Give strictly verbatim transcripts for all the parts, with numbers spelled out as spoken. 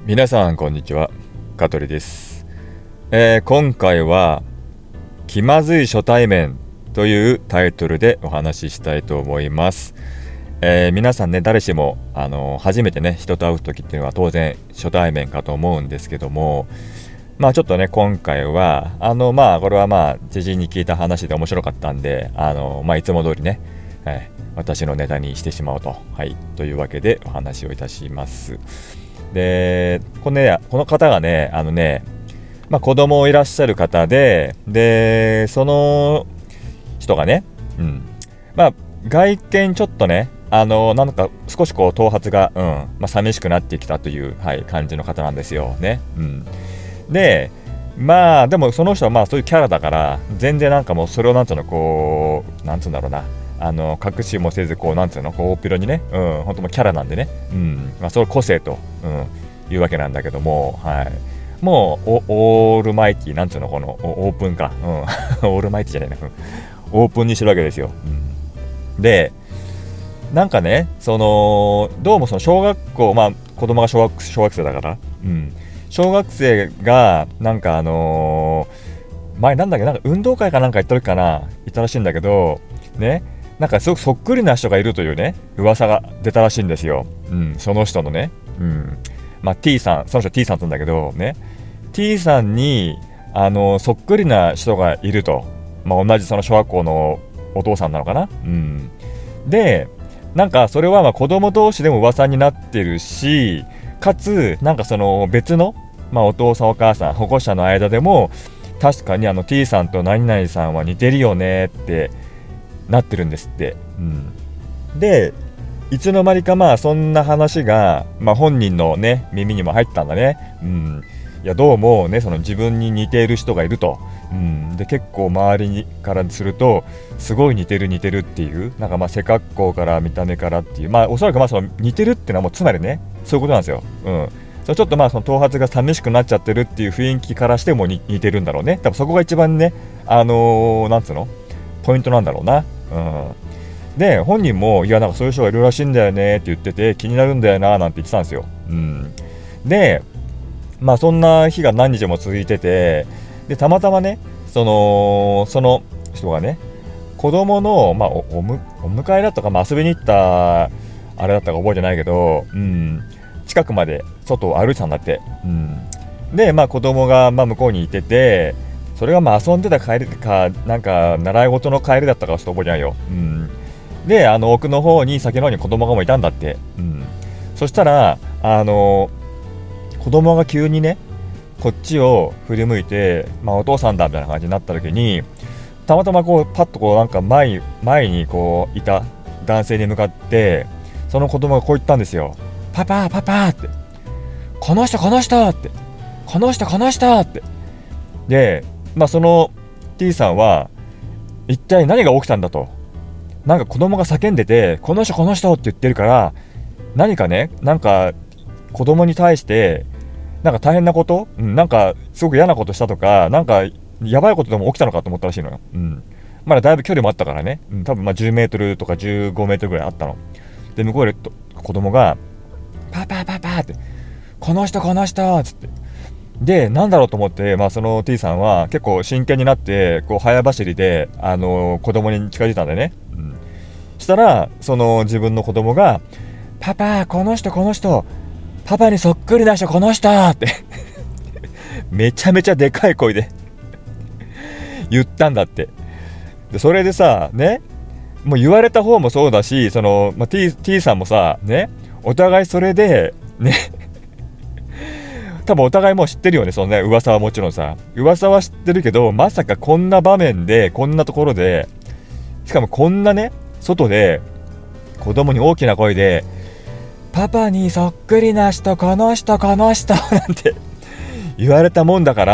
皆さんこんにちは、香取です。えー、今回は気まずい初対面というタイトルでお話ししたいと思います。えー、皆さんね、誰しもあの初めてね人と会う時っていうのは当然初対面かと思うんですけども、まあちょっとね今回はあのまあこれはまあ知人に聞いた話で面白かったんで、あのまあいつも通りね、はい、私のネタにしてしまおうと、はい、というわけでお話をいたします。でこのね、この方がね、あのね、まあ、子供いらっしゃる方で、でその人がね、うん、まあ外見ちょっとね、あのなんか少しこう頭髪が、うん、まあ、寂しくなってきたという、はい、感じの方なんですよね。うん、でまあでもその人はまあそういうキャラだから全然なんかもうそれをなんつうのこうなんつうんだろうな、あの隠しもせずこうなんつうのこう大っぴろにね、うん、本当もうキャラなんでね、うん、まあそれ個性と、うん、いうわけなんだけども、はい、もうオールマイティなんつうのこのオープンか、うん、オールマイティじゃないな、オープンにしてるわけですよ。うん、でなんかね、そのどうもその小学校、まあ子供が小学小学生だから、うん、小学生がなんかあのー、前なんだっけ、なんか運動会かなんか行った時かな、行ったらしいんだけどね、なんかすごくそっくりな人がいるというね噂が出たらしいんですよ。うん、その人のね、うん、まあ T さん、その人 T さんって言うんだけどね、 T さんにあのそっくりな人がいると、まあ、同じその小学校のお父さんなのかな、うん、でなんかそれはまあ子供同士でも噂になってるし、かつなんかその別の、まあ、お父さんお母さん保護者の間でも確かにあの T さんと何々さんは似てるよねってなってるんですって。うん、でいつの間にかまあそんな話が、まあ、本人のね耳にも入ったんだね。うん、いやどうもねその自分に似ている人がいると、うん、で結構周りにからするとすごい似てる似てるっていう、なんかまあ背格好から見た目からっていう、まあおそらくまあその似てるっていうのはもうつまりねそういうことなんですよ。うん、それちょっとまあその頭髪が寂しくなっちゃってるっていう雰囲気からしても似てるんだろうね。多分そこが一番ね、あのー、なんつうのポイントなんだろうな。うん、で本人もいやなんかそういう人がいるらしいんだよねって言ってて気になるんだよななんて言ってたんですよ。うん、でまあそんな日が何日も続いてて、でたまたまねそのその人がね子供のまあおおむお迎えだったか、まあ、遊びに行ったあれだったか覚えてないけど、うん、近くまで外を歩いてたんだって。うん、でまあ子供がまあ向こうにいてて、それがまあ遊んでた帰りかなんか習い事の帰りだったかちょっと覚えてないよ。うん、であの奥の方に先の方に子供がもいたんだって。うん、そしたらあの子供が急にねこっちを振り向いて、まあ、お父さんだみたいな感じになった時にたまたまこうパッとこうなんか前前にこういた男性に向かってその子供がこう言ったんですよ。パパパパって、この人この人って、この人この人って。でまあその T さんは一体何が起きたんだと、なんか子供が叫んでてこの人この人って言ってるから何かね、なんか子供に対してなんか大変なこと、うん、なんかすごく嫌なことしたとか、なんかやばいことでも起きたのかと思ったらしいのよ。うん、まだだいぶ距離もあったからね、うん、多分まあじゅうメートルとかじゅうごメートルぐらいあったので、向こうで子供がパパパパって、この人この人っつって、でなんだろうと思って、まあ、その T さんは結構真剣になってこう早走りで、あのー、子供に近づいたんだよね。うん、したらその自分の子供がパパこの人この人、パパにそっくりな人この人ってめちゃめちゃでかい声で言ったんだって。でそれでさね、もう言われた方もそうだし、その、まあ、T, T さんもさね、お互いそれでね多分お互いもう知ってるよね、そのね噂はもちろんさ、噂は知ってるけど、まさかこんな場面でこんなところで、しかもこんなね外で子供に大きな声でパパにそっくりな人この人この人なんて言われたもんだから、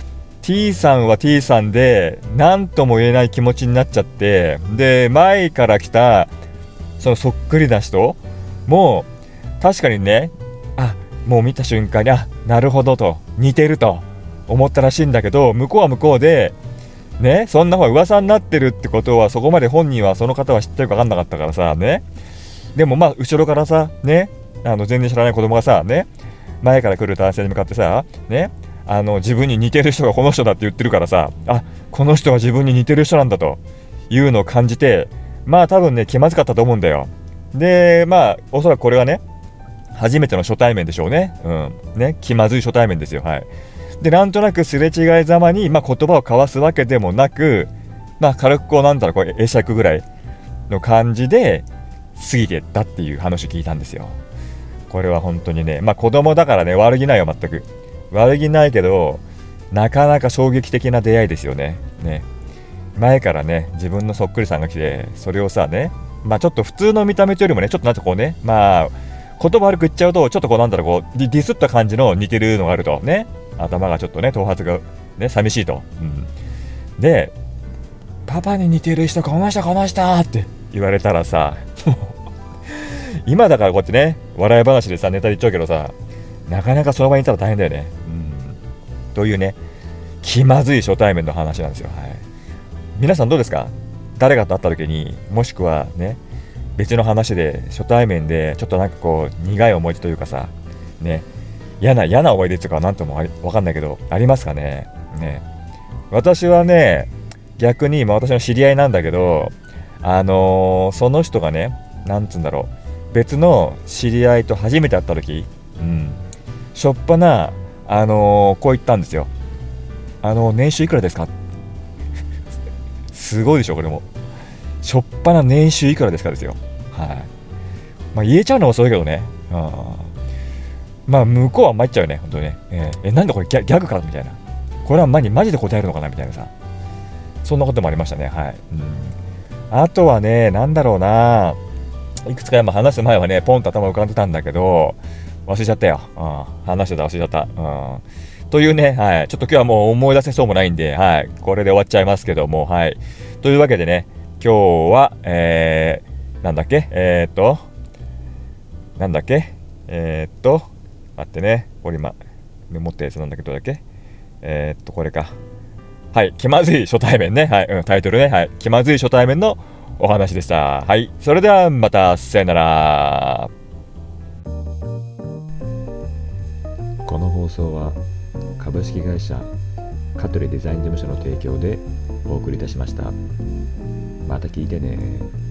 T さんは T さんで何とも言えない気持ちになっちゃって、で前から来たそのそっくりな人も確かにね、あもう見た瞬間にあなるほどと似てると思ったらしいんだけど、向こうは向こうでね、そんな方が噂になってるってことはそこまで本人はその方は知ってるか分かんなかったからさね。でもまあ後ろからさね、あの全然知らない子供がさね、 前から来る男性に向かってさね、あの自分に似てる人がこの人だって言ってるからさ、あ、この人は自分に似てる人なんだというのを感じて、まあ多分ね気まずかったと思うんだよ。でまあおそらくこれはね初めての初対面でしょうね。うんね、気まずい初対面ですよ。はい。でなんとなくすれ違いざまに、まあ、言葉を交わすわけでもなく、まあ軽くこうなんだろう、こう会釈ぐらいの感じで過ぎてったっていう話を聞いたんですよ。これは本当にね、まあ子供だからね、悪気ないよ、全く悪気ないけど、なかなか衝撃的な出会いですよね。ね、前からね自分のそっくりさんが来て、それをさね、まあちょっと普通の見た目というよりもね、ちょっとなんかこうね、まあ言葉悪く言っちゃうと、ちょっとこうなんだろう、こうディディスった感じの似てるのがあるとね、頭がちょっとね頭髪がね寂しいと、うん、でパパに似てる人この人この人って言われたらさ今だからこうやってね笑い話でさネタで言っちゃうけどさ、なかなかその場にいたら大変だよね、うん、というね気まずい初対面の話なんですよ。はい、皆さんどうですか？誰かと会った時に、もしくはね別の話で初対面でちょっとなんかこう苦い思い出というかさね、嫌な嫌な思い出とかなんともわかんないけどありますかね。ね、私はね逆に、まあ、私の知り合いなんだけど、あのー、その人がね、なんつうんだろう、別の知り合いと初めて会った時、うん、しょっぱな、あのー、こう言ったんですよ。あのー、年収いくらですか？すごいでしょこれも。しょっぱな年収いくらですかですよ。はい。まあ言えちゃうのもそうだけどね。あ、まあ向こうは参っちゃうよね、本当にね。えー、えなんだこれギャ、ギャグかみたいな。これはマジマジで答えるのかなみたいなさ。そんなこともありましたね。はい。うん、あとはね、なんだろうな。いくつか今話す前はね、ポンと頭浮かんでたんだけど、忘れちゃったよ。うん、話してた、忘れちゃった。うん、というね、はい。ちょっと今日はもう思い出せそうもないんで、はい。これで終わっちゃいますけども、はい。というわけでね、今日は、えー、なんだっけえー、っと、なんだっけえー、っと、待ってね。これ今、メモったやつなんだけどだっけえー、っと、これか。はい。気まずい初対面ね。はい。うん、タイトルね。はい。気まずい初対面のお話でした。はい。それではまた、さよなら。 この放送は株式会社香取デザイン事務所の提供でお送りいたしました。また聞いてね。